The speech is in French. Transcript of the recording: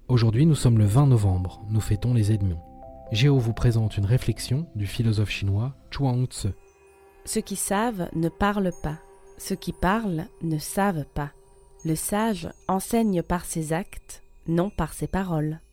Aujourd'hui, nous sommes le 20 novembre, nous fêtons les Ennemons. Géo vous présente une réflexion du philosophe chinois Chuang-Tzu. Ceux qui savent ne parlent pas, ceux qui parlent ne savent pas. Le sage enseigne par ses actes, non par ses paroles.